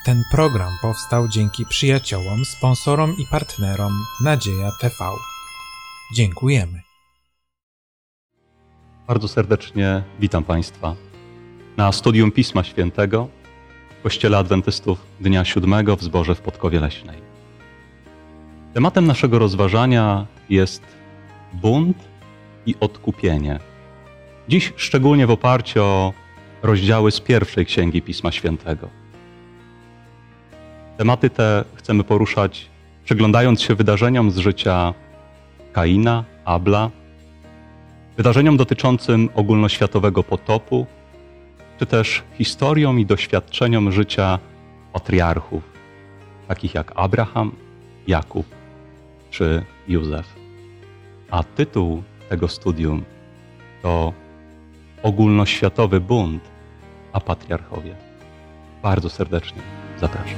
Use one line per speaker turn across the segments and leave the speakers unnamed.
Ten program powstał dzięki przyjaciołom, sponsorom i partnerom Nadzieja TV. Dziękujemy.
Bardzo serdecznie witam Państwa na studium Pisma Świętego w Kościele Adwentystów Dnia Siódmego w Zborze w Podkowie Leśnej. Tematem naszego rozważania jest bunt i odkupienie. Dziś szczególnie w oparciu o rozdziały z pierwszej Księgi Pisma Świętego. Tematy te chcemy poruszać, przyglądając się wydarzeniom z życia Kaina, Abla, wydarzeniom dotyczącym ogólnoświatowego potopu, czy też historiom i doświadczeniom życia patriarchów, takich jak Abraham, Jakub czy Józef. A tytuł tego studium to Ogólnoświatowy bunt, a patriarchowie. Bardzo serdecznie zapraszam.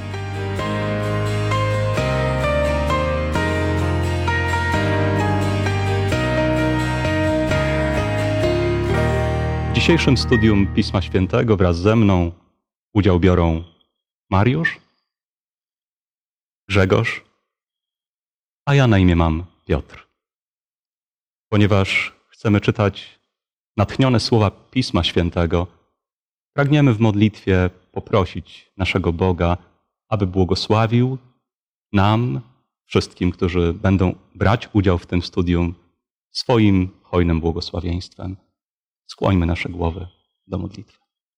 W dzisiejszym studium Pisma Świętego wraz ze mną udział biorą Mariusz, Grzegorz, a ja na imię mam Piotr. Ponieważ chcemy czytać natchnione słowa Pisma Świętego, pragniemy w modlitwie poprosić naszego Boga, aby błogosławił nam, wszystkim, którzy będą brać udział w tym studium, swoim hojnym błogosławieństwem. Skłońmy nasze głowy do modlitwy.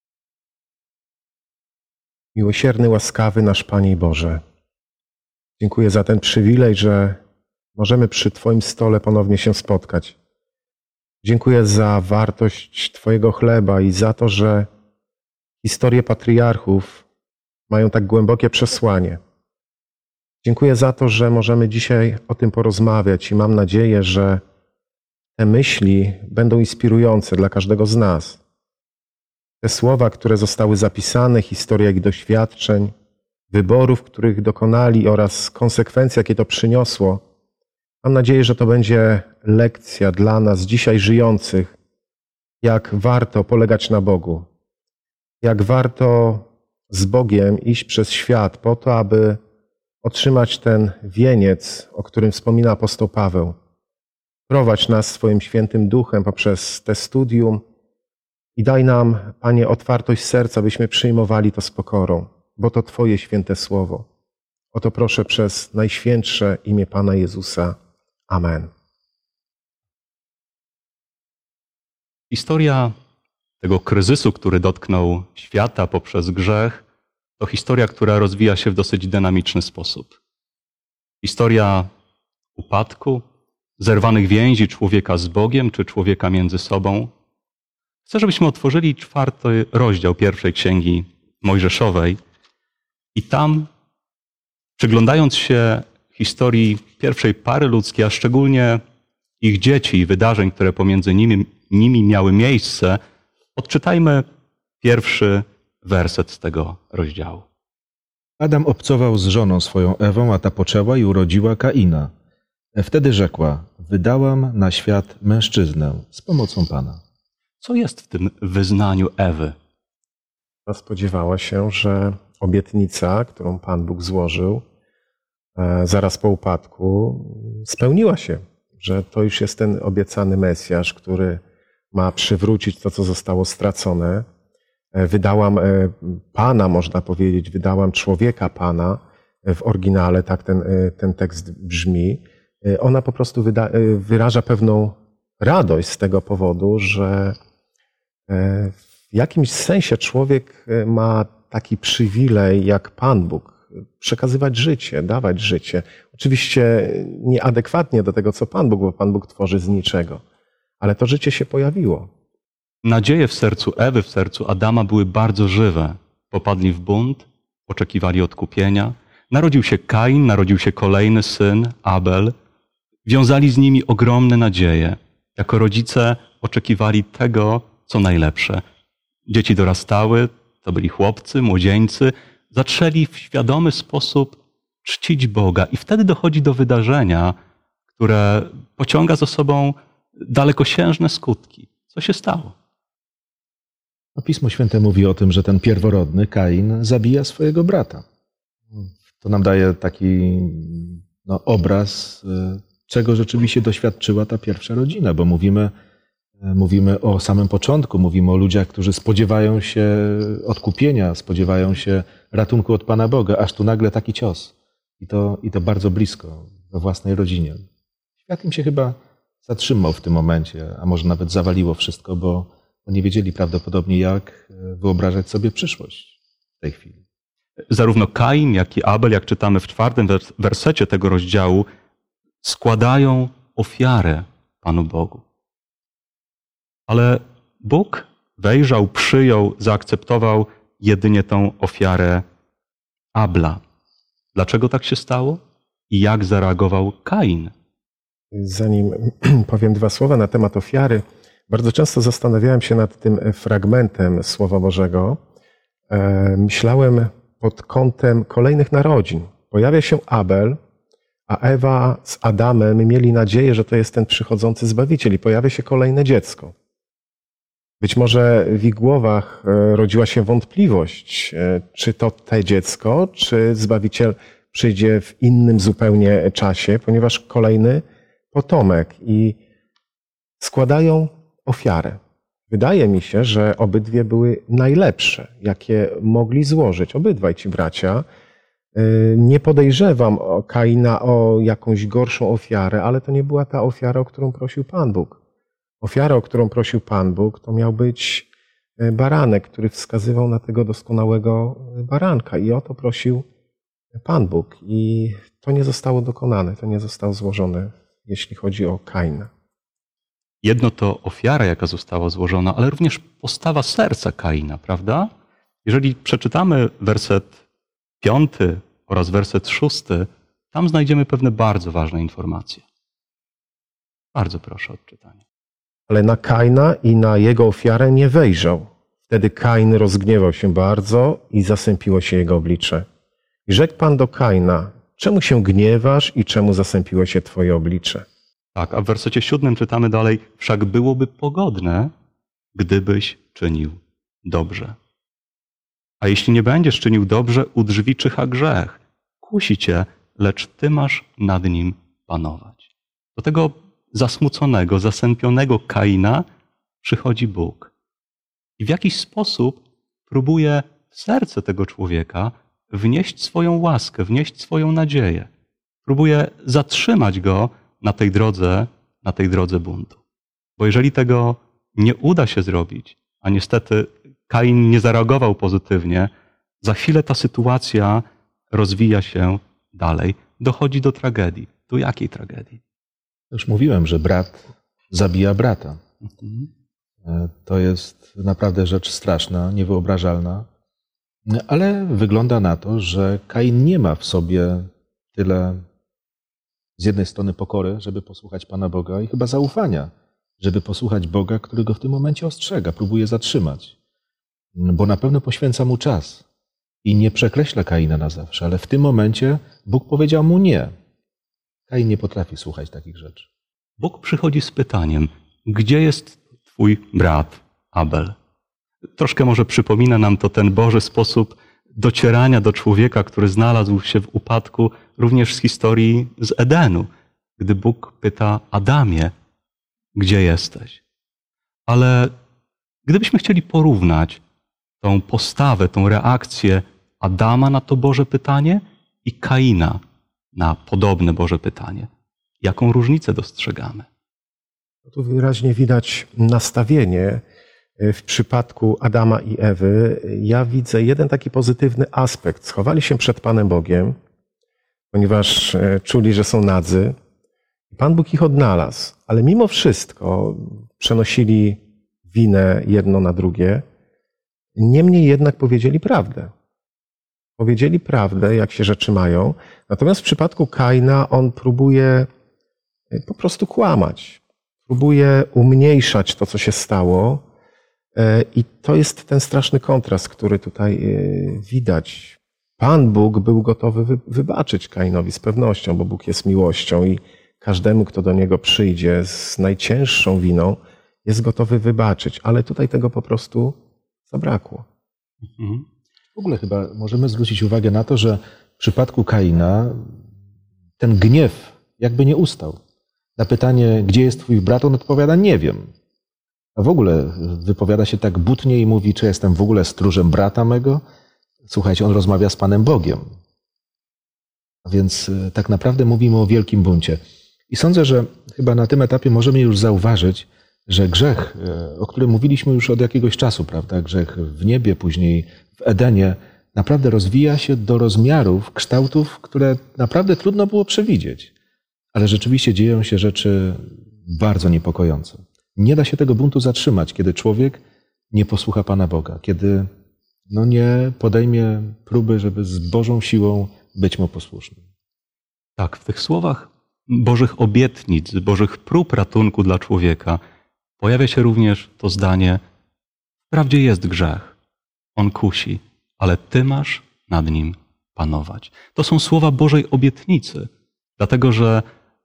Miłosierny, łaskawy nasz Panie i Boże, dziękuję za ten przywilej, że możemy przy Twoim stole ponownie się spotkać. Dziękuję za wartość Twojego chleba i za to, że historie patriarchów mają tak głębokie przesłanie. Dziękuję za to, że możemy dzisiaj o tym porozmawiać i mam nadzieję, że te myśli będą inspirujące dla każdego z nas. Te słowa, które zostały zapisane, historia ich doświadczeń, wyborów, których dokonali oraz konsekwencji, jakie to przyniosło. Mam nadzieję, że to będzie lekcja dla nas dzisiaj żyjących, jak warto polegać na Bogu, jak warto z Bogiem iść przez świat po to, aby otrzymać ten wieniec, o którym wspomina apostoł Paweł. Prowadź nas swoim świętym duchem poprzez te studium i daj nam, Panie, otwartość serca, byśmy przyjmowali to z pokorą, bo to Twoje święte słowo. O to proszę przez najświętsze imię Pana Jezusa. Amen.
Historia tego kryzysu, który dotknął świata poprzez grzech, to historia, która rozwija się w dosyć dynamiczny sposób. Historia upadku, zerwanych więzi człowieka z Bogiem czy człowieka między sobą. Chcę, żebyśmy otworzyli 4 rozdział pierwszej Księgi Mojżeszowej i tam, przyglądając się historii pierwszej pary ludzkiej, a szczególnie ich dzieci i wydarzeń, które pomiędzy nimi miały miejsce, odczytajmy pierwszy werset z tego rozdziału.
Adam obcował z żoną swoją Ewą, a ta poczęła i urodziła Kaina. Wtedy rzekła: wydałam na świat mężczyznę z pomocą Pana.
Co jest w tym wyznaniu Ewy?
Spodziewała się, że obietnica, którą Pan Bóg złożył zaraz po upadku, spełniła się. Że to już jest ten obiecany Mesjasz, który ma przywrócić to, co zostało stracone. Wydałam Pana, można powiedzieć, wydałam człowieka Pana. W oryginale tak ten tekst brzmi. Ona po prostu wyraża pewną radość z tego powodu, że w jakimś sensie człowiek ma taki przywilej jak Pan Bóg przekazywać życie, dawać życie. Oczywiście nieadekwatnie do tego, co Pan Bóg, bo Pan Bóg tworzy z niczego. Ale to życie się pojawiło.
Nadzieje w sercu Ewy, w sercu Adama były bardzo żywe. Popadli w bunt, oczekiwali odkupienia. Narodził się Kain, narodził się kolejny syn, Abel. Wiązali z nimi ogromne nadzieje. Jako rodzice oczekiwali tego, co najlepsze. Dzieci dorastały, to byli chłopcy, młodzieńcy. Zaczęli w świadomy sposób czcić Boga i wtedy dochodzi do wydarzenia, które pociąga za sobą dalekosiężne skutki. Co się stało?
Pismo Święte mówi o tym, że ten pierworodny, Kain, zabija swojego brata. To nam daje taki obraz, czego rzeczywiście doświadczyła ta pierwsza rodzina, bo mówimy o samym początku, mówimy o ludziach, którzy spodziewają się odkupienia, spodziewają się ratunku od Pana Boga, aż tu nagle taki cios. I to bardzo blisko, we własnej rodzinie. Świat im się chyba zatrzymał w tym momencie, a może nawet zawaliło wszystko, bo nie wiedzieli prawdopodobnie, jak wyobrażać sobie przyszłość w tej chwili.
Zarówno Kain, jak i Abel, jak czytamy w 4. wersecie tego rozdziału, składają ofiarę Panu Bogu. Ale Bóg wejrzał, przyjął, zaakceptował jedynie tą ofiarę Abla. Dlaczego tak się stało? I jak zareagował Kain?
Zanim powiem 2 słowa na temat ofiary, bardzo często zastanawiałem się nad tym fragmentem Słowa Bożego. Myślałem pod kątem kolejnych narodzin. Pojawia się Abel, a Ewa z Adamem mieli nadzieję, że to jest ten przychodzący Zbawiciel i pojawia się kolejne dziecko. Być może w ich głowach rodziła się wątpliwość, czy to te dziecko, czy Zbawiciel przyjdzie w innym zupełnie czasie, ponieważ kolejny potomek i składają ofiarę. Wydaje mi się, że obydwie były najlepsze, jakie mogli złożyć. Obydwaj ci bracia. Nie podejrzewam Kaina o jakąś gorszą ofiarę, ale to nie była ta ofiara, o którą prosił Pan Bóg. Ofiara, o którą prosił Pan Bóg, to miał być baranek, który wskazywał na tego doskonałego baranka. I o to prosił Pan Bóg. I to nie zostało dokonane, to nie zostało złożone, jeśli chodzi o Kaina.
Jedno to ofiara, jaka została złożona, ale również postawa serca Kaina, prawda? Jeżeli przeczytamy werset 5 oraz werset 6, tam znajdziemy pewne bardzo ważne informacje. Bardzo proszę o odczytanie.
Ale na Kaina i na jego ofiarę nie wejrzał. Wtedy Kain rozgniewał się bardzo i zasępiło się jego oblicze. I rzekł Pan do Kaina: czemu się gniewasz i czemu zasępiło się twoje oblicze?
Tak, a w wersecie 7 czytamy dalej: wszak byłoby pogodne, gdybyś czynił dobrze. A jeśli nie będziesz czynił dobrze, u drzwi czyha grzech. Kusi cię, lecz ty masz nad nim panować. Do tego zasmuconego, zasępionego Kaina przychodzi Bóg. I w jakiś sposób próbuje w serce tego człowieka wnieść swoją łaskę, wnieść swoją nadzieję. Próbuje zatrzymać go na tej drodze buntu. Bo jeżeli tego nie uda się zrobić, a niestety Kain nie zareagował pozytywnie, za chwilę ta sytuacja rozwija się dalej. Dochodzi do tragedii. Do jakiej tragedii?
Już mówiłem, że brat zabija brata. To jest naprawdę rzecz straszna, niewyobrażalna, ale wygląda na to, że Kain nie ma w sobie tyle z jednej strony pokory, żeby posłuchać Pana Boga i chyba zaufania, żeby posłuchać Boga, który go w tym momencie ostrzega, próbuje zatrzymać. Bo na pewno poświęca mu czas i nie przekreśla Kaina na zawsze, ale w tym momencie Bóg powiedział mu nie. Kain nie potrafi słuchać takich rzeczy.
Bóg przychodzi z pytaniem: gdzie jest twój brat Abel? Troszkę może przypomina nam to ten Boży sposób docierania do człowieka, który znalazł się w upadku, również z historii z Edenu, gdy Bóg pyta: Adamie, gdzie jesteś? Ale gdybyśmy chcieli porównać tą postawę, tą reakcję Adama na to Boże pytanie i Kaina na podobne Boże pytanie, jaką różnicę dostrzegamy?
Tu wyraźnie widać nastawienie w przypadku Adama i Ewy. Ja widzę jeden taki pozytywny aspekt. Schowali się przed Panem Bogiem, ponieważ czuli, że są nadzy. Pan Bóg ich odnalazł, ale mimo wszystko przenosili winę jedno na drugie. Niemniej jednak powiedzieli prawdę. Powiedzieli prawdę, jak się rzeczy mają. Natomiast w przypadku Kaina on próbuje po prostu kłamać. Próbuje umniejszać to, co się stało. I to jest ten straszny kontrast, który tutaj widać. Pan Bóg był gotowy wybaczyć Kainowi z pewnością, bo Bóg jest miłością i każdemu, kto do Niego przyjdzie z najcięższą winą, jest gotowy wybaczyć. Ale tutaj tego po prostu zabrakło.
W ogóle chyba możemy zwrócić uwagę na to, że w przypadku Kaina ten gniew jakby nie ustał. Na pytanie, gdzie jest twój brat, on odpowiada, nie wiem. A w ogóle wypowiada się tak butnie i mówi, czy jestem w ogóle stróżem brata mego? Słuchajcie, on rozmawia z Panem Bogiem. A więc tak naprawdę mówimy o wielkim buncie. I sądzę, że chyba na tym etapie możemy już zauważyć, że grzech, o którym mówiliśmy już od jakiegoś czasu, prawda, grzech w niebie, później w Edenie, naprawdę rozwija się do rozmiarów, kształtów, które naprawdę trudno było przewidzieć. Ale rzeczywiście dzieją się rzeczy bardzo niepokojące. Nie da się tego buntu zatrzymać, kiedy człowiek nie posłucha Pana Boga, kiedy nie podejmie próby, żeby z Bożą siłą być Mu posłusznym.
Tak, w tych słowach Bożych obietnic, Bożych prób ratunku dla człowieka pojawia się również to zdanie: wprawdzie jest grzech, on kusi, ale Ty masz nad nim panować. To są słowa Bożej obietnicy, dlatego że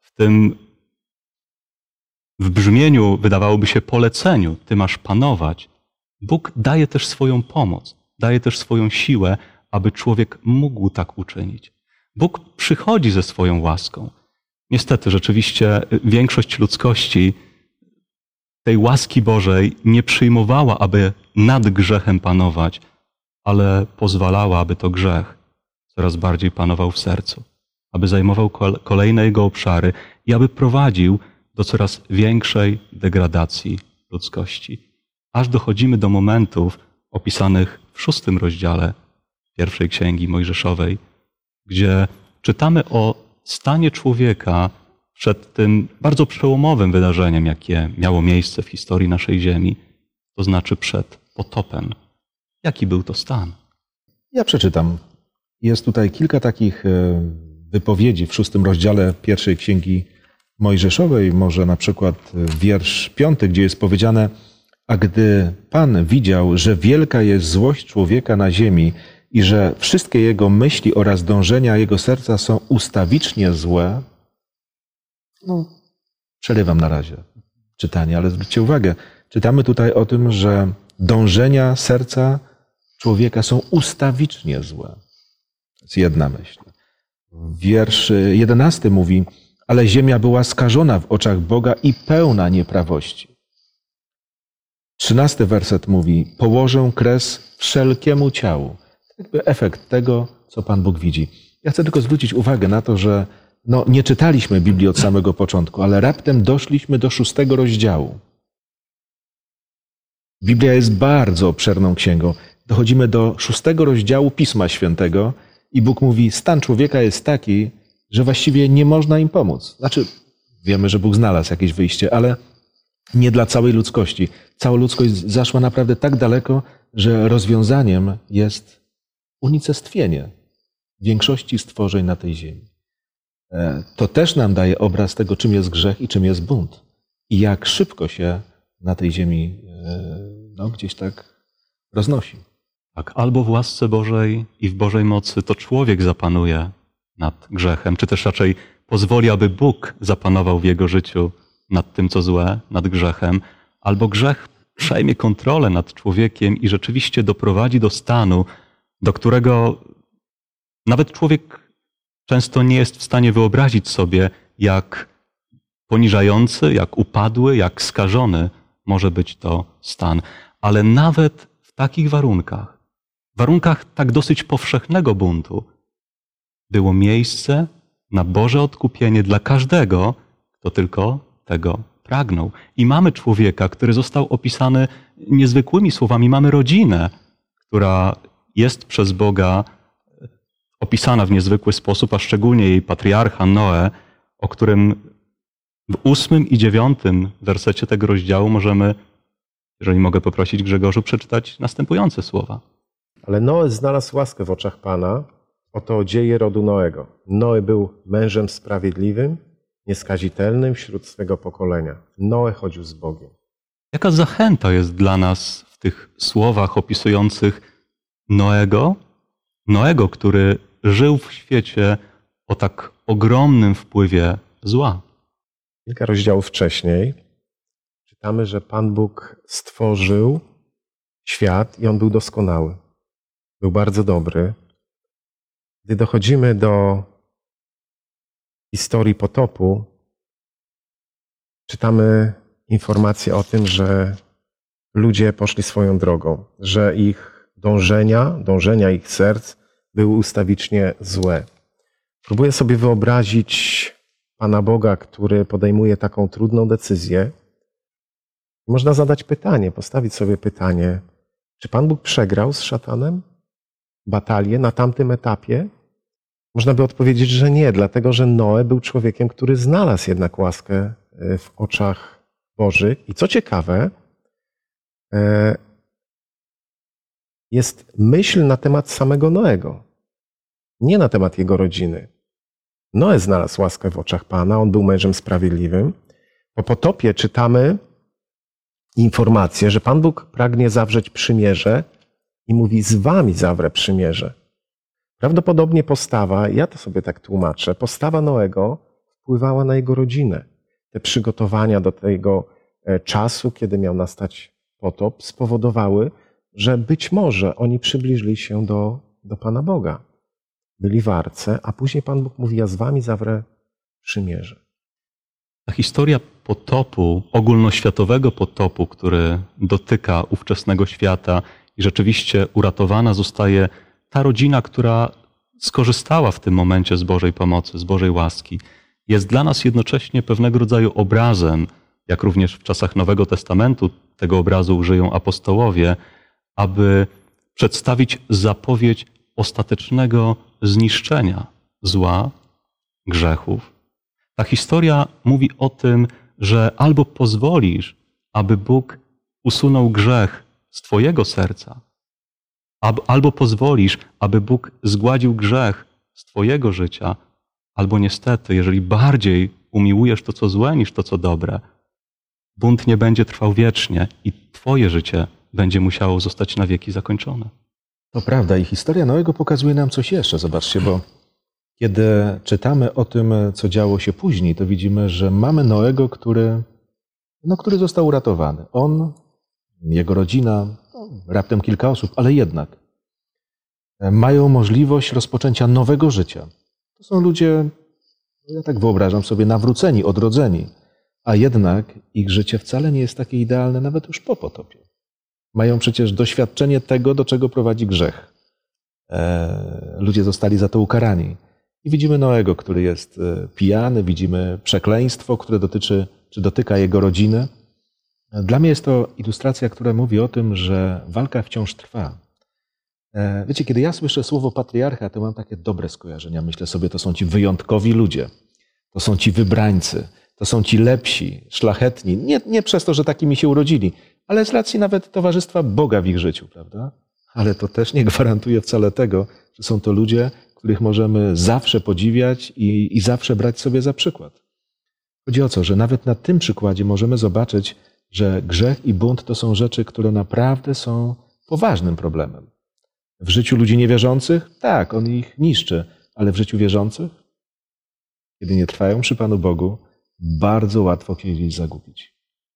w brzmieniu, wydawałoby się, poleceniu, Ty masz panować, Bóg daje też swoją pomoc, daje też swoją siłę, aby człowiek mógł tak uczynić. Bóg przychodzi ze swoją łaską. Niestety, rzeczywiście większość ludzkości tej łaski Bożej nie przyjmowała, aby nad grzechem panować, ale pozwalała, aby to grzech coraz bardziej panował w sercu, aby zajmował kolejne jego obszary i aby prowadził do coraz większej degradacji ludzkości. Aż dochodzimy do momentów opisanych w 6 rozdziale pierwszej Księgi Mojżeszowej, gdzie czytamy o stanie człowieka przed tym bardzo przełomowym wydarzeniem, jakie miało miejsce w historii naszej ziemi, to znaczy przed potopem. Jaki był to stan?
Ja przeczytam. Jest tutaj kilka takich wypowiedzi w 6 rozdziale pierwszej Księgi Mojżeszowej, może na przykład wiersz 5, gdzie jest powiedziane: a gdy Pan widział, że wielka jest złość człowieka na ziemi i że wszystkie jego myśli oraz dążenia jego serca są ustawicznie złe, przerywam na razie czytanie, ale zwróćcie uwagę, czytamy tutaj o tym, że dążenia serca człowieka są ustawicznie złe. To jest jedna myśl. Wiersz 11 mówi: ale ziemia była skażona w oczach Boga i pełna nieprawości. 13 werset mówi: położę kres wszelkiemu ciału. Jakby efekt tego, co Pan Bóg widzi. Ja chcę tylko zwrócić uwagę na to, że nie czytaliśmy Biblii od samego początku, ale raptem doszliśmy do 6 rozdziału. Biblia jest bardzo obszerną księgą. Dochodzimy do 6 rozdziału Pisma Świętego i Bóg mówi: stan człowieka jest taki, że właściwie nie można im pomóc. Znaczy, wiemy, że Bóg znalazł jakieś wyjście, ale nie dla całej ludzkości. Cała ludzkość zaszła naprawdę tak daleko, że rozwiązaniem jest unicestwienie większości stworzeń na tej ziemi. To też nam daje obraz tego, czym jest grzech i czym jest bunt. I jak szybko się na tej ziemi gdzieś tak roznosi.
Tak, albo w łasce Bożej i w Bożej mocy to człowiek zapanuje nad grzechem, czy też raczej pozwoli, aby Bóg zapanował w jego życiu nad tym, co złe, nad grzechem, albo grzech przejmie kontrolę nad człowiekiem i rzeczywiście doprowadzi do stanu, do którego nawet człowiek często nie jest w stanie wyobrazić sobie, jak poniżający, jak upadły, jak skażony może być to stan. Ale nawet w takich warunkach tak dosyć powszechnego buntu, było miejsce na Boże odkupienie dla każdego, kto tylko tego pragnął. I mamy człowieka, który został opisany niezwykłymi słowami. Mamy rodzinę, która jest przez Boga opisana w niezwykły sposób, a szczególnie jej patriarcha Noe, o którym w 8 i 9 wersecie tego rozdziału możemy, jeżeli mogę poprosić Grzegorzu, przeczytać następujące słowa.
Ale Noe znalazł łaskę w oczach Pana. Oto dzieje rodu Noego. Noe był mężem sprawiedliwym, nieskazitelnym wśród swego pokolenia. Noe chodził z Bogiem.
Jaka zachęta jest dla nas w tych słowach opisujących Noego, który żył w świecie o tak ogromnym wpływie zła.
Kilka rozdziałów wcześniej czytamy, że Pan Bóg stworzył świat i on był doskonały. Był bardzo dobry. Gdy dochodzimy do historii potopu, czytamy informację o tym, że ludzie poszli swoją drogą, że ich dążenia ich serc były ustawicznie złe. Próbuję sobie wyobrazić Pana Boga, który podejmuje taką trudną decyzję. Można zadać pytanie, postawić sobie pytanie, czy Pan Bóg przegrał z szatanem batalię na tamtym etapie? Można by odpowiedzieć, że nie, dlatego że Noe był człowiekiem, który znalazł jednak łaskę w oczach Bożych. I co ciekawe, jest myśl na temat samego Noego, nie na temat jego rodziny. Noe znalazł łaskę w oczach Pana, on był mężem sprawiedliwym. Po potopie czytamy informację, że Pan Bóg pragnie zawrzeć przymierze i mówi: z wami zawrę przymierze. Prawdopodobnie postawa, ja to sobie tak tłumaczę, postawa Noego wpływała na jego rodzinę. Te przygotowania do tego czasu, kiedy miał nastać potop, spowodowały, że być może oni przybliżyli się do Pana Boga. Byli w arce, a później Pan Bóg mówi: ja z wami zawrę przymierze.
Ta historia potopu, ogólnoświatowego potopu, który dotyka ówczesnego świata i rzeczywiście uratowana zostaje ta rodzina, która skorzystała w tym momencie z Bożej pomocy, z Bożej łaski, jest dla nas jednocześnie pewnego rodzaju obrazem, jak również w czasach Nowego Testamentu tego obrazu użyją apostołowie, aby przedstawić zapowiedź ostatecznego zniszczenia zła, grzechów. Ta historia mówi o tym, że albo pozwolisz, aby Bóg usunął grzech z twojego serca, albo pozwolisz, aby Bóg zgładził grzech z twojego życia, albo niestety, jeżeli bardziej umiłujesz to, co złe, niż to, co dobre, bunt nie będzie trwał wiecznie i twoje życie będzie musiało zostać na wieki zakończone.
To prawda i historia Noego pokazuje nam coś jeszcze. Zobaczcie, bo kiedy czytamy o tym, co działo się później, to widzimy, że mamy Noego, który został uratowany. On, jego rodzina, raptem kilka osób, ale jednak mają możliwość rozpoczęcia nowego życia. To są ludzie, ja tak wyobrażam sobie, nawróceni, odrodzeni, a jednak ich życie wcale nie jest takie idealne nawet już po potopie. Mają przecież doświadczenie tego, do czego prowadzi grzech. Ludzie zostali za to ukarani. I widzimy Noego, który jest pijany, widzimy przekleństwo, które dotyka jego rodziny. Dla mnie jest to ilustracja, która mówi o tym, że walka wciąż trwa. Wiecie, kiedy ja słyszę słowo patriarcha, to mam takie dobre skojarzenia. Myślę sobie, to są ci wyjątkowi ludzie, to są ci wybrańcy, to są ci lepsi, szlachetni. Nie przez to, że takimi się urodzili, ale z racji nawet towarzystwa Boga w ich życiu, prawda? Ale to też nie gwarantuje wcale tego, że są to ludzie, których możemy zawsze podziwiać i zawsze brać sobie za przykład. Chodzi o to, że nawet na tym przykładzie możemy zobaczyć, że grzech i bunt to są rzeczy, które naprawdę są poważnym problemem. W życiu ludzi niewierzących? Tak, on ich niszczy, ale w życiu wierzących? Kiedy nie trwają przy Panu Bogu, bardzo łatwo kiedyś zagubić.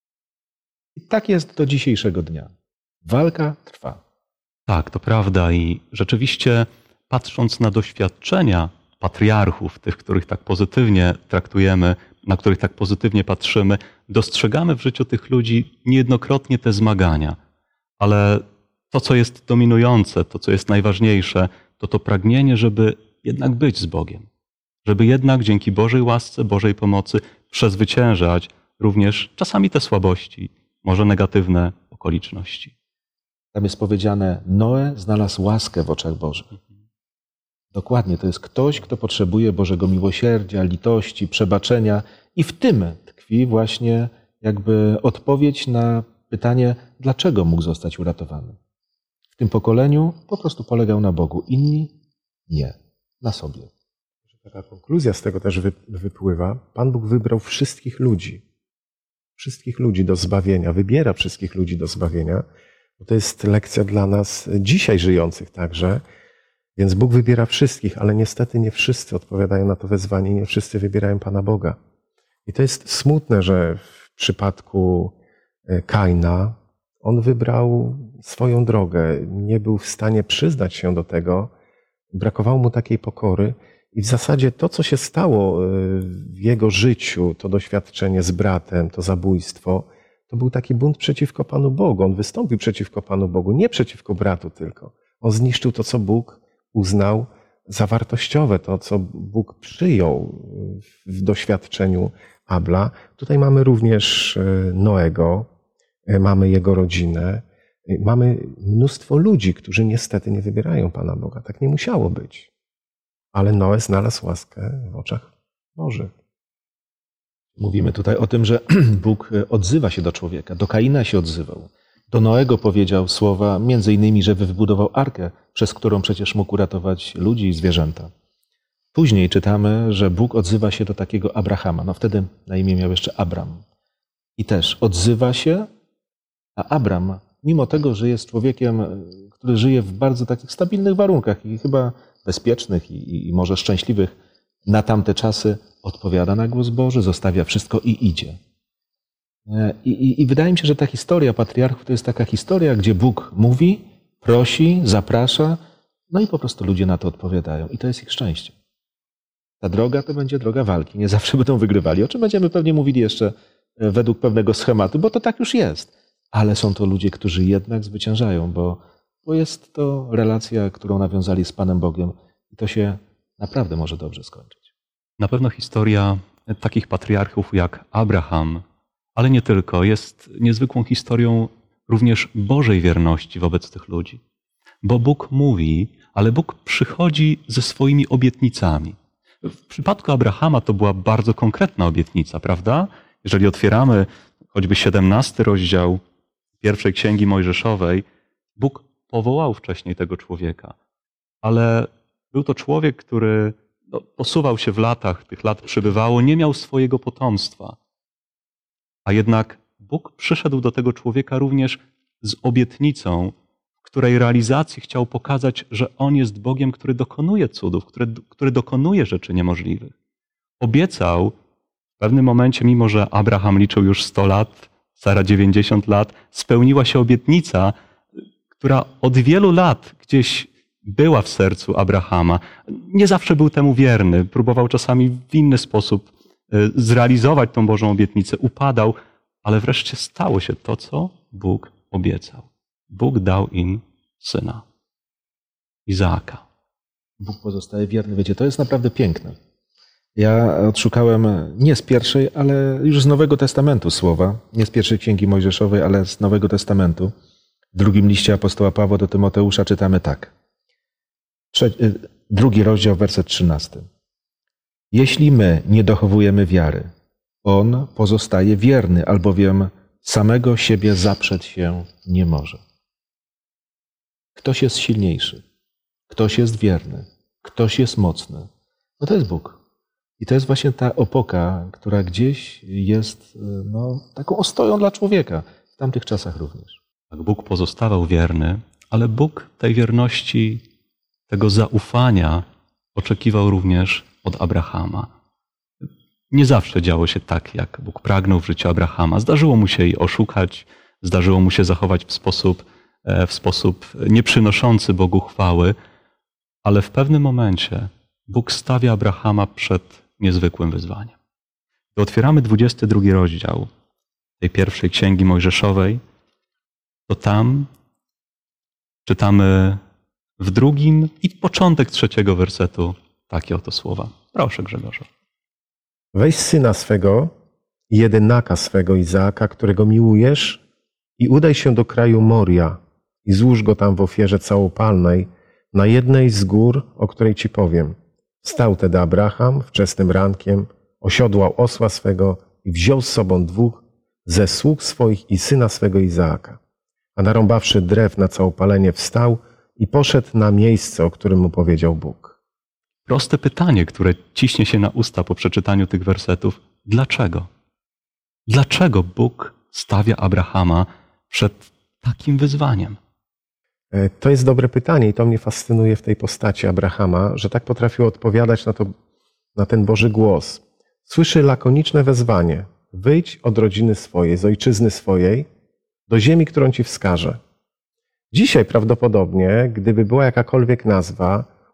I tak jest do dzisiejszego dnia. Walka trwa.
Tak, to prawda i rzeczywiście patrząc na doświadczenia patriarchów, tych, których tak pozytywnie traktujemy, na których tak pozytywnie patrzymy, dostrzegamy w życiu tych ludzi niejednokrotnie te zmagania. Ale to, co jest dominujące, to, co jest najważniejsze, to pragnienie, żeby jednak być z Bogiem. Żeby jednak dzięki Bożej łasce, Bożej pomocy przezwyciężać również czasami te słabości, może negatywne okoliczności.
Tam jest powiedziane, Noe znalazł łaskę w oczach Bożych. Dokładnie, to jest ktoś, kto potrzebuje Bożego miłosierdzia, litości, przebaczenia i w tym tkwi właśnie jakby odpowiedź na pytanie, dlaczego mógł zostać uratowany. W tym pokoleniu po prostu polegał na Bogu, inni nie, na sobie.
Taka konkluzja z tego też wypływa. Pan Bóg wybrał wszystkich ludzi do zbawienia, wybiera wszystkich ludzi do zbawienia, bo to jest lekcja dla nas dzisiaj żyjących także. Więc Bóg wybiera wszystkich, ale niestety nie wszyscy odpowiadają na to wezwanie, nie wszyscy wybierają Pana Boga. I to jest smutne, że w przypadku Kaina on wybrał swoją drogę, nie był w stanie przyznać się do tego, brakowało mu takiej pokory i w zasadzie to, co się stało w jego życiu, to doświadczenie z bratem, to zabójstwo, to był taki bunt przeciwko Panu Bogu. On wystąpił przeciwko Panu Bogu, nie przeciwko bratu tylko. On zniszczył to, co Bóg uznał za wartościowe, to, co Bóg przyjął w doświadczeniu Abla. Tutaj mamy również Noego, mamy jego rodzinę, mamy mnóstwo ludzi, którzy niestety nie wybierają Pana Boga. Tak nie musiało być. Ale Noe znalazł łaskę w oczach Bożych.
Mówimy tutaj o tym, że Bóg odzywa się do człowieka. Do Kaina się odzywał. Do Noego powiedział słowa, między innymi, że wybudował arkę, przez którą przecież mógł uratować ludzi i zwierzęta. Później czytamy, że Bóg odzywa się do takiego Abrahama. No wtedy na imię miał jeszcze Abram. I też odzywa się, a Abram, mimo tego, że jest człowiekiem, który żyje w bardzo takich stabilnych warunkach i chyba bezpiecznych i może szczęśliwych na tamte czasy, odpowiada na głos Boży, zostawia wszystko i idzie. I wydaje mi się, że ta historia patriarchów to jest taka historia, gdzie Bóg mówi, prosi, zaprasza, no i po prostu ludzie na to odpowiadają. I to jest ich szczęście. Ta droga to będzie droga walki. Nie zawsze będą wygrywali, o czym będziemy pewnie mówili jeszcze według pewnego schematu, bo to tak już jest. Ale są to ludzie, którzy jednak zwyciężają, bo jest to relacja, którą nawiązali z Panem Bogiem i to się naprawdę może dobrze skończyć.
Na pewno historia takich patriarchów jak Abraham, ale nie tylko, jest niezwykłą historią również Bożej wierności wobec tych ludzi. Bo Bóg mówi, ale Bóg przychodzi ze swoimi obietnicami. W przypadku Abrahama to była bardzo konkretna obietnica, prawda? Jeżeli otwieramy choćby 17 rozdział pierwszej Księgi Mojżeszowej, Bóg powołał wcześniej tego człowieka, ale był to człowiek, który posuwał się w latach, tych lat przybywało, nie miał swojego potomstwa. A jednak Bóg przyszedł do tego człowieka również z obietnicą, w której realizacji chciał pokazać, że On jest Bogiem, który dokonuje cudów, który dokonuje rzeczy niemożliwych. Obiecał w pewnym momencie, mimo że Abraham liczył już 100 lat, Sara 90 lat, spełniła się obietnica, która od wielu lat gdzieś była w sercu Abrahama. Nie zawsze był temu wierny, próbował czasami w inny sposób zrealizować tą Bożą obietnicę, upadał, ale wreszcie stało się to, co Bóg obiecał. Bóg dał im syna, Izaaka.
Bóg pozostaje wierny. Wiecie, to jest naprawdę piękne. Ja odszukałem nie z pierwszej, ale już z Nowego Testamentu słowa, nie z pierwszej Księgi Mojżeszowej, ale z Nowego Testamentu. W drugim liście apostoła Pawła do Tymoteusza czytamy tak. 2 rozdział, werset 13. Jeśli my nie dochowujemy wiary, On pozostaje wierny, albowiem samego siebie zaprzeć się nie może. Ktoś jest silniejszy, ktoś jest wierny, ktoś jest mocny. No to jest Bóg. I to jest właśnie ta opoka, która gdzieś jest taką ostoją dla człowieka, w tamtych czasach również.
Tak, Bóg pozostawał wierny, ale Bóg tej wierności, tego zaufania oczekiwał również od Abrahama. Nie zawsze działo się tak, jak Bóg pragnął w życiu Abrahama. Zdarzyło mu się jej oszukać, zdarzyło mu się zachować w sposób nieprzynoszący Bogu chwały, ale w pewnym momencie Bóg stawia Abrahama przed niezwykłym wyzwaniem. Gdy otwieramy 22 rozdział tej pierwszej Księgi Mojżeszowej, to tam czytamy w 2 i początek 3 wersetu takie oto słowa. Proszę, Grzegorzu.
Weź syna swego, jedynaka swego Izaaka, którego miłujesz, i udaj się do kraju Moria i złóż go tam w ofierze całopalnej na jednej z gór, o której ci powiem. Wstał tedy Abraham wczesnym rankiem, osiodłał osła swego i wziął z sobą 2 ze sług swoich i syna swego Izaaka. A narąbawszy drew na całopalenie, wstał i poszedł na miejsce, o którym mu powiedział Bóg.
Proste pytanie, które ciśnie się na usta po przeczytaniu tych wersetów. Dlaczego? Dlaczego Bóg stawia Abrahama przed takim wyzwaniem?
To jest dobre pytanie i to mnie fascynuje w tej postaci Abrahama, że tak potrafił odpowiadać na ten Boży głos. Słyszy lakoniczne wezwanie. Wyjdź od rodziny swojej, z ojczyzny swojej, do ziemi, którą ci wskaże. Dzisiaj prawdopodobnie, gdyby była jakakolwiek nazwa,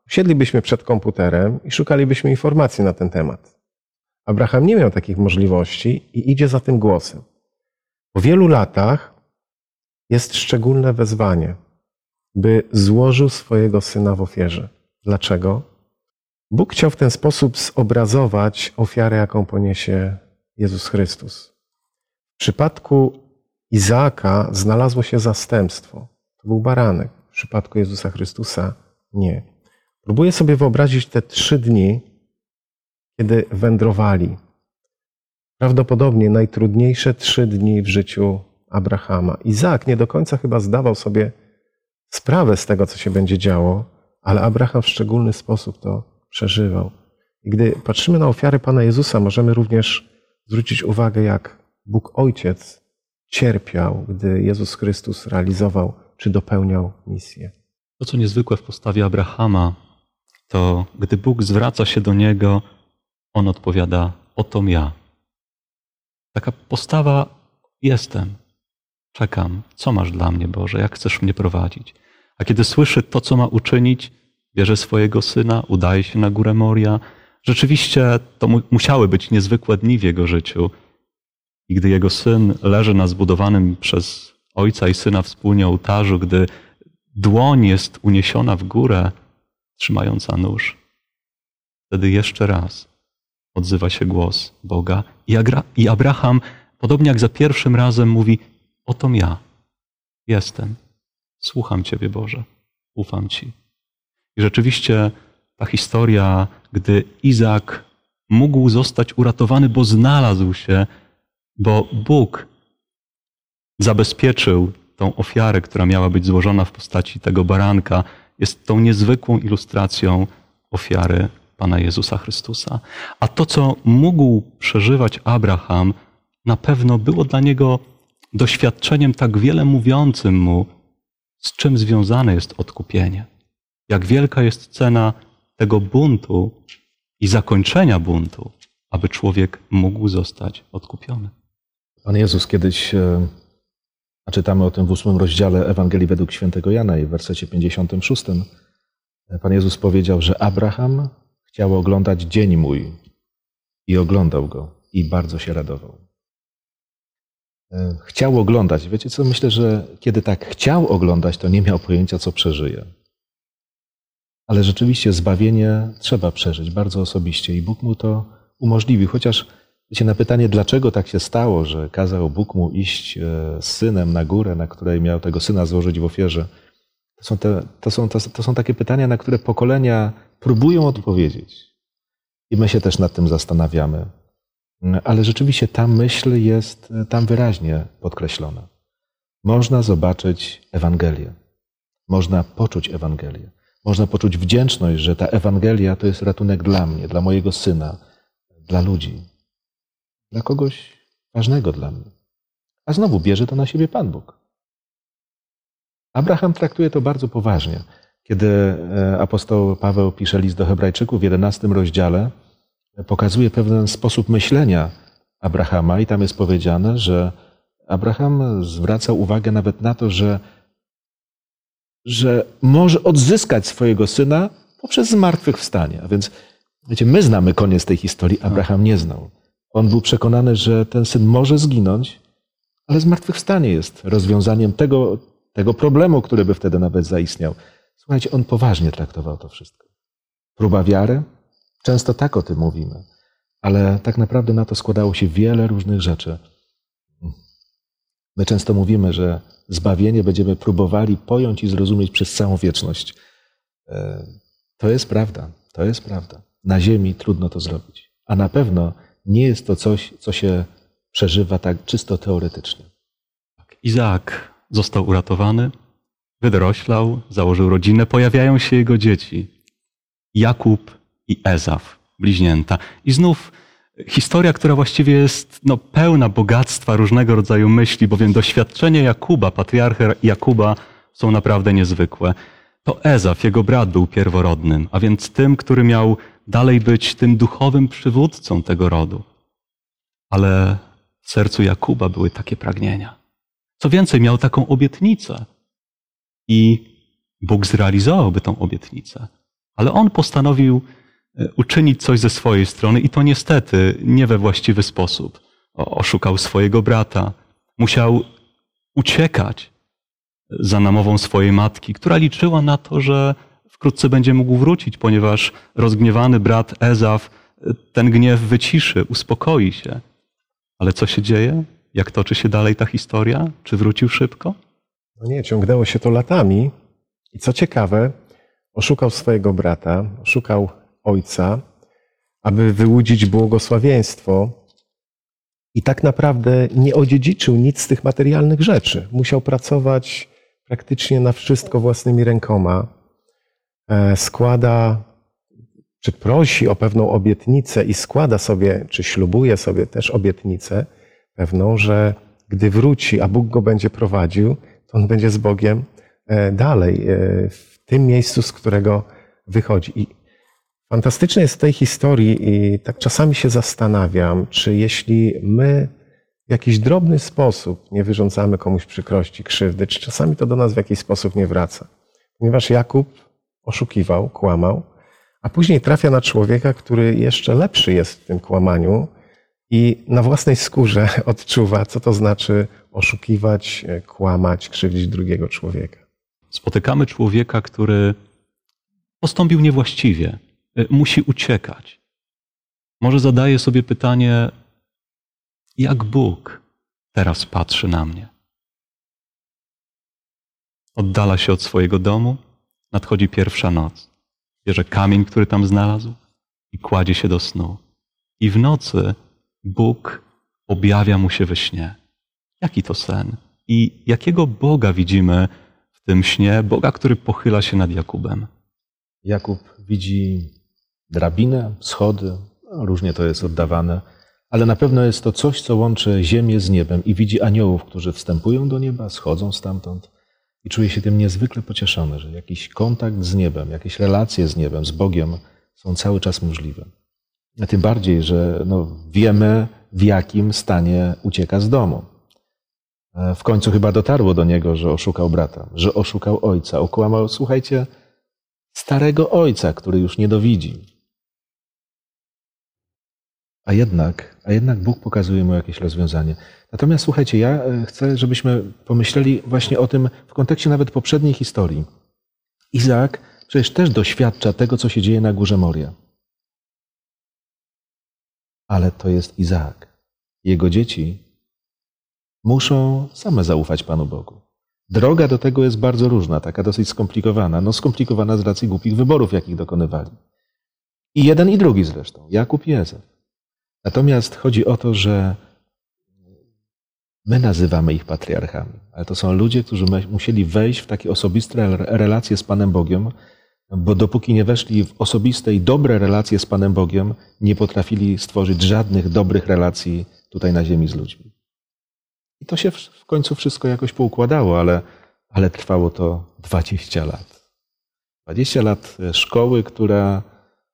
siedlibyśmy przed komputerem i szukalibyśmy informacji na ten temat. Abraham nie miał takich możliwości i idzie za tym głosem. Po wielu latach jest szczególne wezwanie, by złożył swojego syna w ofierze. Dlaczego? Bóg chciał w ten sposób zobrazować ofiarę, jaką poniesie Jezus Chrystus. W przypadku Izaaka znalazło się zastępstwo. To był baranek. W przypadku Jezusa Chrystusa nie. Próbuję sobie wyobrazić te 3 dni, kiedy wędrowali. Prawdopodobnie najtrudniejsze 3 dni w życiu Abrahama. Izaak nie do końca chyba zdawał sobie sprawę z tego, co się będzie działo, ale Abraham w szczególny sposób to przeżywał. I gdy patrzymy na ofiary Pana Jezusa, możemy również zwrócić uwagę, jak Bóg Ojciec cierpiał, gdy Jezus Chrystus realizował czy dopełniał misję.
To, co niezwykłe w postawie Abrahama, to gdy Bóg zwraca się do niego, on odpowiada: otom ja. Taka postawa: jestem, czekam, co masz dla mnie, Boże, jak chcesz mnie prowadzić. A kiedy słyszy to, co ma uczynić, bierze swojego syna, udaje się na górę Moria. Rzeczywiście to musiały być niezwykłe dni w jego życiu. I gdy jego syn leży na zbudowanym przez ojca i syna wspólnie ołtarzu, gdy dłoń jest uniesiona w górę, trzymająca nóż, wtedy jeszcze raz odzywa się głos Boga. I Abraham, podobnie jak za pierwszym razem, mówi: otom ja, jestem, słucham Ciebie, Boże, ufam Ci. I rzeczywiście ta historia, gdy Izaak mógł zostać uratowany, bo znalazł się, bo Bóg zabezpieczył tą ofiarę, która miała być złożona w postaci tego baranka, jest tą niezwykłą ilustracją ofiary Pana Jezusa Chrystusa. A to, co mógł przeżywać Abraham, na pewno było dla niego doświadczeniem tak wiele mówiącym mu, z czym związane jest odkupienie. Jak wielka jest cena tego buntu i zakończenia buntu, aby człowiek mógł zostać odkupiony.
Pan Jezus kiedyś, a czytamy o tym w 8 rozdziale Ewangelii według świętego Jana i w wersecie 56, Pan Jezus powiedział, że Abraham chciał oglądać dzień mój i oglądał go i bardzo się radował. Chciał oglądać. Wiecie co? Myślę, że kiedy tak chciał oglądać, to nie miał pojęcia, co przeżyje. Ale rzeczywiście zbawienie trzeba przeżyć bardzo osobiście i Bóg mu to umożliwił. Chociaż wiecie, na pytanie, dlaczego tak się stało, że kazał Bóg mu iść z synem na górę, na której miał tego syna złożyć w ofierze, to są takie pytania, na które pokolenia próbują odpowiedzieć. I my się też nad tym zastanawiamy. Ale rzeczywiście ta myśl jest tam wyraźnie podkreślona. Można zobaczyć Ewangelię. Można poczuć Ewangelię. Można poczuć wdzięczność, że ta Ewangelia to jest ratunek dla mnie, dla mojego syna, dla ludzi, dla kogoś ważnego dla mnie. A znowu bierze to na siebie Pan Bóg. Abraham traktuje to bardzo poważnie. Kiedy apostoł Paweł pisze list do Hebrajczyków w 11 rozdziale, pokazuje pewien sposób myślenia Abrahama i tam jest powiedziane, że Abraham zwracał uwagę nawet na to, że może odzyskać swojego syna poprzez zmartwychwstanie. A więc, wiecie, my znamy koniec tej historii, Abraham nie znał. On był przekonany, że ten syn może zginąć, ale zmartwychwstanie jest rozwiązaniem tego problemu, który by wtedy nawet zaistniał. Słuchajcie, on poważnie traktował to wszystko. Próba wiary, często tak o tym mówimy, ale tak naprawdę na to składało się wiele różnych rzeczy. My często mówimy, że zbawienie będziemy próbowali pojąć i zrozumieć przez całą wieczność. To jest prawda, to jest prawda. Na ziemi trudno to zrobić, a na pewno nie jest to coś, co się przeżywa tak czysto teoretycznie.
Izaak został uratowany, wydoroślał, założył rodzinę, pojawiają się jego dzieci. Jakub i Ezaf, bliźnięta. I znów historia, która właściwie jest pełna bogactwa różnego rodzaju myśli, bowiem doświadczenia Jakuba, patriarchy Jakuba są naprawdę niezwykłe. To Ezaf, jego brat, był pierworodnym, a więc tym, który miał dalej być tym duchowym przywódcą tego rodu. Ale w sercu Jakuba były takie pragnienia. Co więcej, miał taką obietnicę i Bóg zrealizowałby tą obietnicę. Ale on postanowił uczynić coś ze swojej strony i to niestety nie we właściwy sposób. Oszukał swojego brata. Musiał uciekać za namową swojej matki, która liczyła na to, że wkrótce będzie mógł wrócić, ponieważ rozgniewany brat Ezaf ten gniew wyciszy, uspokoi się. Ale co się dzieje? Jak toczy się dalej ta historia? Czy wrócił szybko?
No nie, ciągnęło się to latami. I co ciekawe, oszukał swojego brata, oszukał ojca, aby wyłudzić błogosławieństwo i tak naprawdę nie odziedziczył nic z tych materialnych rzeczy. Musiał pracować praktycznie na wszystko własnymi rękoma. Składa, czy prosi o pewną obietnicę i składa sobie, czy ślubuje sobie też obietnicę pewną, że gdy wróci, a Bóg go będzie prowadził, to on będzie z Bogiem dalej, w tym miejscu, z którego wychodzi. I fantastyczne jest w tej historii i tak czasami się zastanawiam, czy jeśli my w jakiś drobny sposób nie wyrządzamy komuś przykrości, krzywdy, czy czasami to do nas w jakiś sposób nie wraca. Ponieważ Jakub oszukiwał, kłamał, a później trafia na człowieka, który jeszcze lepszy jest w tym kłamaniu i na własnej skórze odczuwa, co to znaczy oszukiwać, kłamać, krzywdzić drugiego człowieka.
Spotykamy człowieka, który postąpił niewłaściwie, musi uciekać. Może zadaje sobie pytanie, jak Bóg teraz patrzy na mnie? Oddala się od swojego domu, nadchodzi pierwsza noc. Bierze kamień, który tam znalazł i kładzie się do snu. I w nocy Bóg objawia mu się we śnie. Jaki to sen? I jakiego Boga widzimy w tym śnie? Boga, który pochyla się nad Jakubem.
Jakub widzi drabinę, schody, różnie to jest oddawane, ale na pewno jest to coś, co łączy ziemię z niebem i widzi aniołów, którzy wstępują do nieba, schodzą stamtąd i czuje się tym niezwykle pocieszony, że jakiś kontakt z niebem, jakieś relacje z niebem, z Bogiem są cały czas możliwe. A tym bardziej, że wiemy, w jakim stanie ucieka z domu. W końcu chyba dotarło do niego, że oszukał brata, że oszukał ojca, okłamał, słuchajcie, starego ojca, który już nie dowidzi. A jednak Bóg pokazuje mu jakieś rozwiązanie. Natomiast słuchajcie, ja chcę, żebyśmy pomyśleli właśnie o tym w kontekście nawet poprzedniej historii. Izaak przecież też doświadcza tego, co się dzieje na górze Moria. Ale to jest Izaak. Jego dzieci muszą same zaufać Panu Bogu. Droga do tego jest bardzo różna, taka dosyć skomplikowana. Skomplikowana z racji głupich wyborów, jakich dokonywali. I jeden i drugi zresztą, Jakub i Ezaf. Natomiast chodzi o to, że my nazywamy ich patriarchami, ale to są ludzie, którzy musieli wejść w takie osobiste relacje z Panem Bogiem, bo dopóki nie weszli w osobiste i dobre relacje z Panem Bogiem, nie potrafili stworzyć żadnych dobrych relacji tutaj na ziemi z ludźmi. I to się w końcu wszystko jakoś poukładało, ale trwało to 20 lat. 20 lat szkoły, która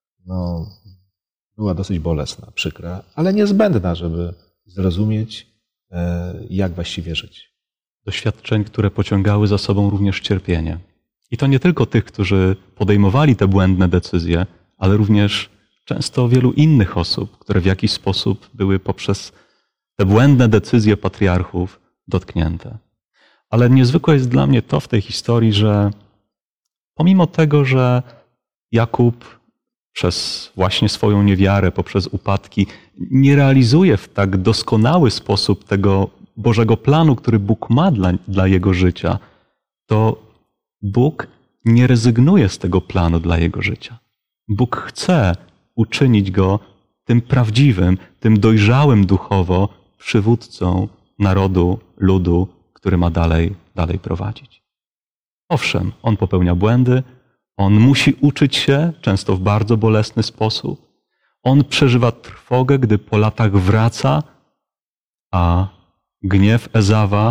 była dosyć bolesna, przykra, ale niezbędna, żeby zrozumieć, jak właściwie żyć.
Doświadczeń, które pociągały za sobą również cierpienie. I to nie tylko tych, którzy podejmowali te błędne decyzje, ale również często wielu innych osób, które w jakiś sposób były poprzez te błędne decyzje patriarchów dotknięte. Ale niezwykłe jest dla mnie to w tej historii, że pomimo tego, że Jakub przez właśnie swoją niewiarę, poprzez upadki nie realizuje w tak doskonały sposób tego Bożego planu, który Bóg ma dla jego życia, to Bóg nie rezygnuje z tego planu dla jego życia. Bóg chce uczynić go tym prawdziwym, tym dojrzałym duchowo przywódcą narodu, ludu, który ma dalej prowadzić. Owszem, on popełnia błędy, on musi uczyć się, często w bardzo bolesny sposób. On przeżywa trwogę, gdy po latach wraca, a gniew Ezawa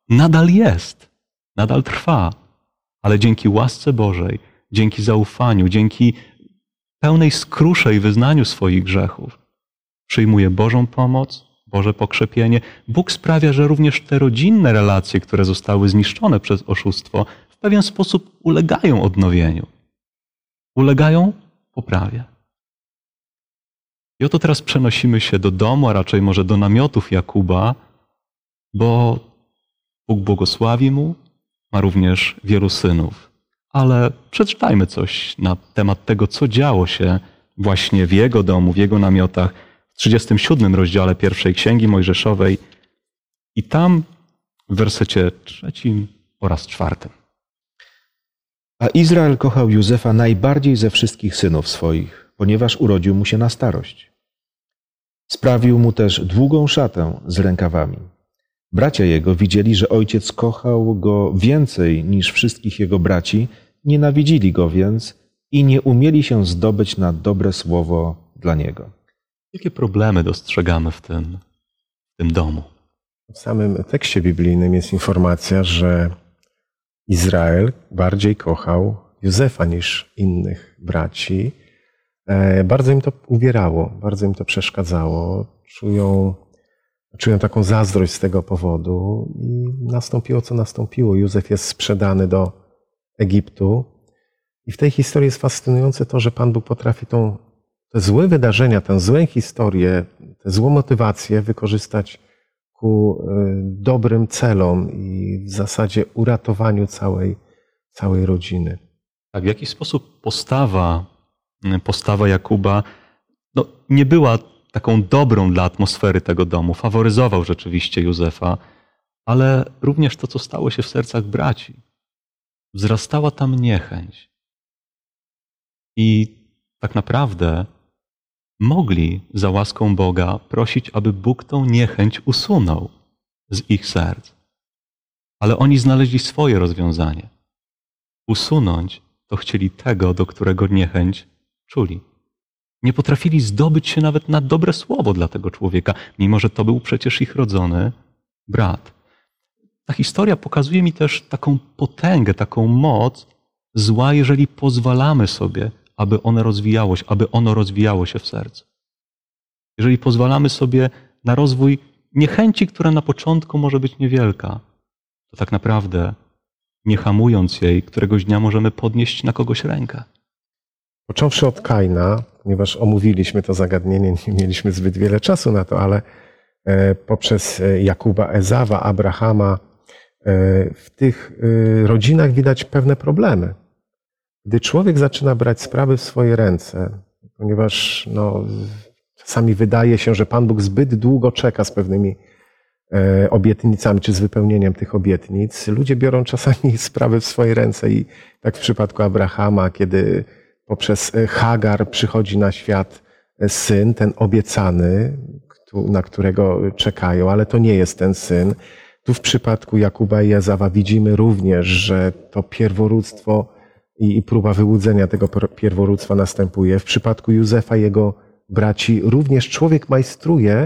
nadal trwa. Ale dzięki łasce Bożej, dzięki zaufaniu, dzięki pełnej skrusze i wyznaniu swoich grzechów przyjmuje Bożą pomoc, Boże pokrzepienie. Bóg sprawia, że również te rodzinne relacje, które zostały zniszczone przez oszustwo, w pewien sposób ulegają odnowieniu. ulegają poprawie. I oto teraz przenosimy się do domu, a raczej może do namiotów Jakuba, bo Bóg błogosławi mu, ma również wielu synów. Ale przeczytajmy coś na temat tego, co działo się właśnie w jego domu, w jego namiotach, w 37 rozdziale pierwszej Księgi Mojżeszowej i tam w wersecie 3 oraz 4.
A Izrael kochał Józefa najbardziej ze wszystkich synów swoich, ponieważ urodził mu się na starość. Sprawił mu też długą szatę z rękawami. Bracia jego widzieli, że ojciec kochał go więcej niż wszystkich jego braci, nienawidzili go więc i nie umieli się zdobyć na dobre słowo dla niego.
Jakie problemy dostrzegamy w tym domu?
W samym tekście biblijnym jest informacja, że Izrael bardziej kochał Józefa niż innych braci. Bardzo im to uwierało, bardzo im to przeszkadzało. Czują taką zazdrość z tego powodu i nastąpiło, co nastąpiło. Józef jest sprzedany do Egiptu i w tej historii jest fascynujące to, że Pan Bóg potrafi te złe wydarzenia, tę złą historię, tę złą motywację wykorzystać ku dobrym celom i w zasadzie uratowaniu całej rodziny.
Tak, w jaki sposób postawa Jakuba nie była taką dobrą dla atmosfery tego domu. Faworyzował rzeczywiście Józefa, ale również to, co stało się w sercach braci. Wzrastała tam niechęć. I tak naprawdę mogli za łaską Boga prosić, aby Bóg tą niechęć usunął z ich serc. Ale oni znaleźli swoje rozwiązanie. Usunąć to chcieli tego, do którego niechęć czuli. Nie potrafili zdobyć się nawet na dobre słowo dla tego człowieka, mimo że to był przecież ich rodzony brat. Ta historia pokazuje mi też taką potęgę, taką moc zła, jeżeli pozwalamy sobie, aby ono rozwijało się w sercu. Jeżeli pozwalamy sobie na rozwój niechęci, która na początku może być niewielka, to tak naprawdę, nie hamując jej, któregoś dnia możemy podnieść na kogoś rękę.
Począwszy od Kaina, ponieważ omówiliśmy to zagadnienie, nie mieliśmy zbyt wiele czasu na to, ale poprzez Jakuba, Ezawa, Abrahama, w tych rodzinach widać pewne problemy. Gdy człowiek zaczyna brać sprawy w swoje ręce, ponieważ czasami wydaje się, że Pan Bóg zbyt długo czeka z pewnymi obietnicami, czy z wypełnieniem tych obietnic, ludzie biorą czasami sprawy w swoje ręce i tak w przypadku Abrahama, kiedy poprzez Hagar przychodzi na świat syn, ten obiecany, na którego czekają, ale to nie jest ten syn. Tu w przypadku Jakuba i Ezawa widzimy również, że to pierworództwo i próba wyłudzenia tego pierworództwa następuje. W przypadku Józefa i jego braci również człowiek majstruje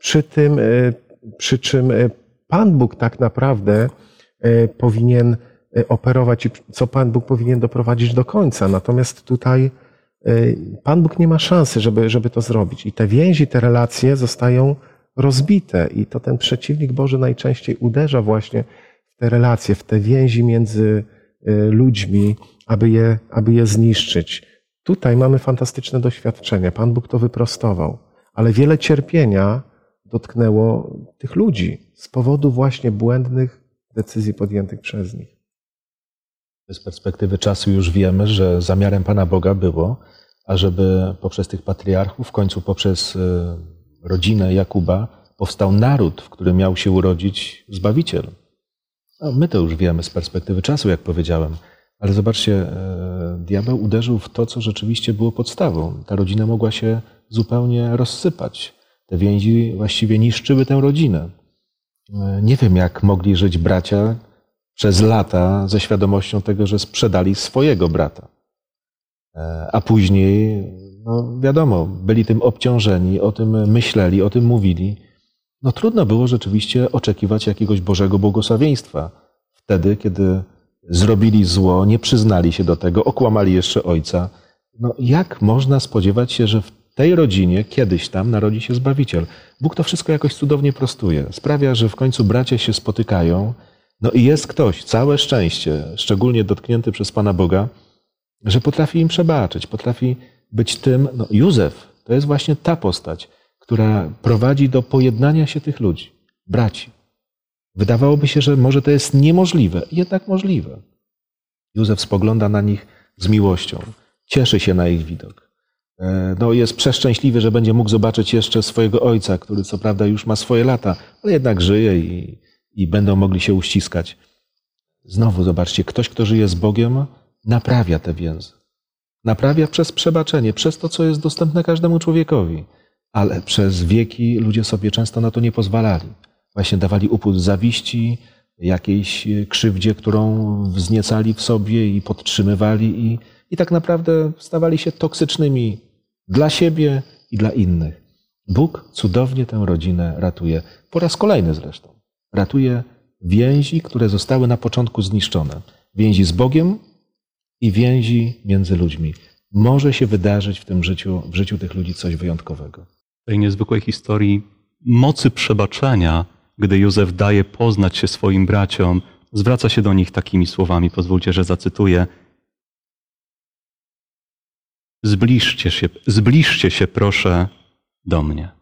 przy czym Pan Bóg tak naprawdę powinien operować i co Pan Bóg powinien doprowadzić do końca. Natomiast tutaj Pan Bóg nie ma szansy, żeby to zrobić. I te więzi, te relacje zostają rozbite. I to ten przeciwnik Boży najczęściej uderza właśnie w te relacje, w te więzi między ludźmi, aby je zniszczyć. Tutaj mamy fantastyczne doświadczenie. Pan Bóg to wyprostował. Ale wiele cierpienia dotknęło tych ludzi z powodu właśnie błędnych decyzji podjętych przez nich.
Z perspektywy czasu już wiemy, że zamiarem Pana Boga było, ażeby poprzez tych patriarchów, w końcu poprzez rodzinę Jakuba, powstał naród, w którym miał się urodzić Zbawiciel. My to już wiemy z perspektywy czasu, jak powiedziałem, ale zobaczcie, diabeł uderzył w to, co rzeczywiście było podstawą. Ta rodzina mogła się zupełnie rozsypać. Te więzi właściwie niszczyły tę rodzinę. Nie wiem, jak mogli żyć bracia przez lata ze świadomością tego, że sprzedali swojego brata. A później, wiadomo, byli tym obciążeni, o tym myśleli, o tym mówili. Trudno było rzeczywiście oczekiwać jakiegoś Bożego błogosławieństwa. Wtedy, kiedy zrobili zło, nie przyznali się do tego, okłamali jeszcze ojca. Jak można spodziewać się, że w tej rodzinie kiedyś tam narodzi się Zbawiciel? Bóg to wszystko jakoś cudownie prostuje. Sprawia, że w końcu bracia się spotykają. I jest ktoś, całe szczęście, szczególnie dotknięty przez Pana Boga, że potrafi im przebaczyć, potrafi być tym. No, Józef to jest właśnie ta postać, która prowadzi do pojednania się tych ludzi, braci. Wydawałoby się, że może to jest niemożliwe, jednak możliwe. Józef spogląda na nich z miłością, cieszy się na ich widok. No, jest przeszczęśliwy, że będzie mógł zobaczyć jeszcze swojego ojca, który co prawda już ma swoje lata, ale jednak żyje i będą mogli się uściskać. Znowu zobaczcie, ktoś, kto żyje z Bogiem, naprawia te więzy. Naprawia przez przebaczenie, przez to, co jest dostępne każdemu człowiekowi. Ale przez wieki ludzie sobie często na to nie pozwalali. Właśnie dawali upust zawiści, jakiejś krzywdzie, którą wzniecali w sobie i podtrzymywali i tak naprawdę stawali się toksycznymi dla siebie i dla innych. Bóg cudownie tę rodzinę ratuje. Po raz kolejny zresztą. Ratuje więzi, które zostały na początku zniszczone. Więzi z Bogiem i więzi między ludźmi. Może się wydarzyć w życiu tych ludzi coś wyjątkowego.
W tej niezwykłej historii mocy przebaczenia, gdy Józef daje poznać się swoim braciom, zwraca się do nich takimi słowami. Pozwólcie, że zacytuję. Zbliżcie się proszę do mnie.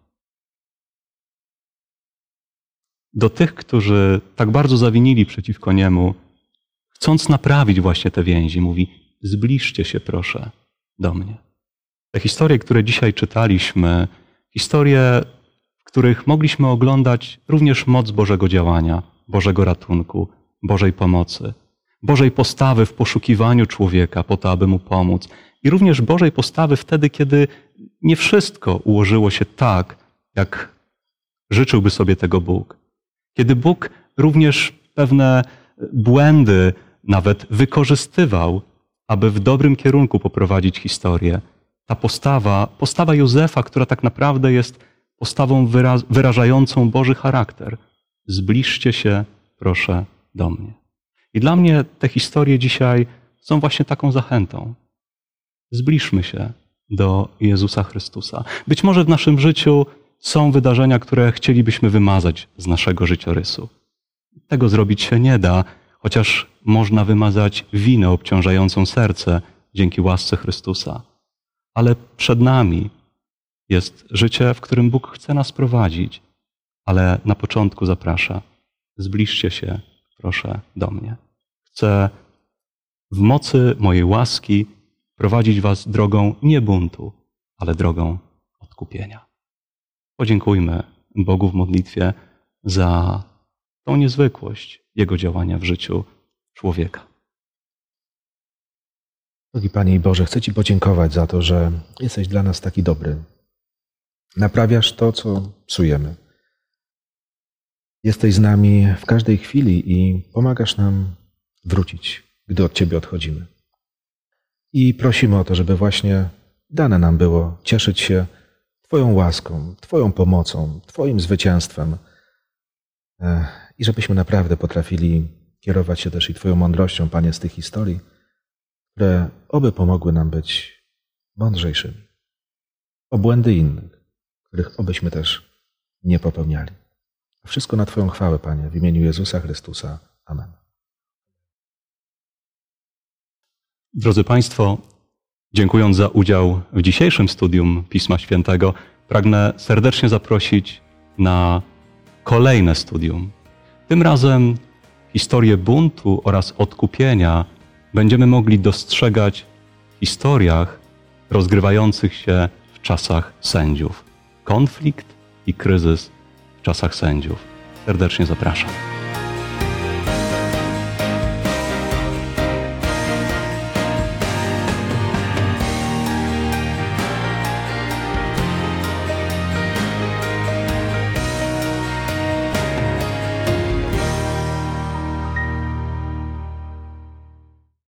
Do tych, którzy tak bardzo zawinili przeciwko niemu, chcąc naprawić właśnie te więzi, mówi: zbliżcie się proszę do mnie. Te historie, które dzisiaj czytaliśmy, historie, w których mogliśmy oglądać również moc Bożego działania, Bożego ratunku, Bożej pomocy, Bożej postawy w poszukiwaniu człowieka po to, aby mu pomóc i również Bożej postawy wtedy, kiedy nie wszystko ułożyło się tak, jak życzyłby sobie tego Bóg. Kiedy Bóg również pewne błędy nawet wykorzystywał, aby w dobrym kierunku poprowadzić historię. Ta postawa Józefa, która tak naprawdę jest postawą wyrażającą Boży charakter. Zbliżcie się, proszę, do mnie. I dla mnie te historie dzisiaj są właśnie taką zachętą. Zbliżmy się do Jezusa Chrystusa. Być może w naszym życiu są wydarzenia, które chcielibyśmy wymazać z naszego życiorysu. Tego zrobić się nie da, chociaż można wymazać winę obciążającą serce dzięki łasce Chrystusa. Ale przed nami jest życie, w którym Bóg chce nas prowadzić, ale na początku zaprasza: zbliżcie się, proszę, do mnie. Chcę w mocy mojej łaski prowadzić was drogą nie buntu, ale drogą odkupienia. Podziękujmy Bogu w modlitwie za tą niezwykłość Jego działania w życiu człowieka.
Drogi Panie i Boże, chcę Ci podziękować za to, że jesteś dla nas taki dobry. Naprawiasz to, co psujemy. Jesteś z nami w każdej chwili i pomagasz nam wrócić, gdy od Ciebie odchodzimy. I prosimy o to, żeby właśnie dane nam było cieszyć się Twoją łaską, Twoją pomocą, Twoim zwycięstwem i żebyśmy naprawdę potrafili kierować się też i Twoją mądrością, Panie, z tych historii, które oby pomogły nam być mądrzejszymi o błędy innych, których obyśmy też nie popełniali. A wszystko na Twoją chwałę, Panie, w imieniu Jezusa Chrystusa. Amen.
Drodzy Państwo, dziękując za udział w dzisiejszym studium Pisma Świętego, pragnę serdecznie zaprosić na kolejne studium. Tym razem historię buntu oraz odkupienia będziemy mogli dostrzegać w historiach rozgrywających się w czasach sędziów. Konflikt i kryzys w czasach sędziów. Serdecznie zapraszam.